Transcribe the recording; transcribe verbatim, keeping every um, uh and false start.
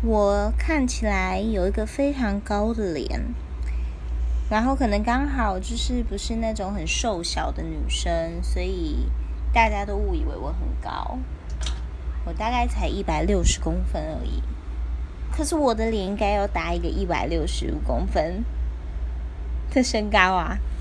我看起来有一个非常高的脸，然后可能刚好就是不是那种很瘦小的女生，所以大家都误以为我很高。我大概才一百六十公分而已，可是我的脸应该要达一个一百六十五公分的身高啊。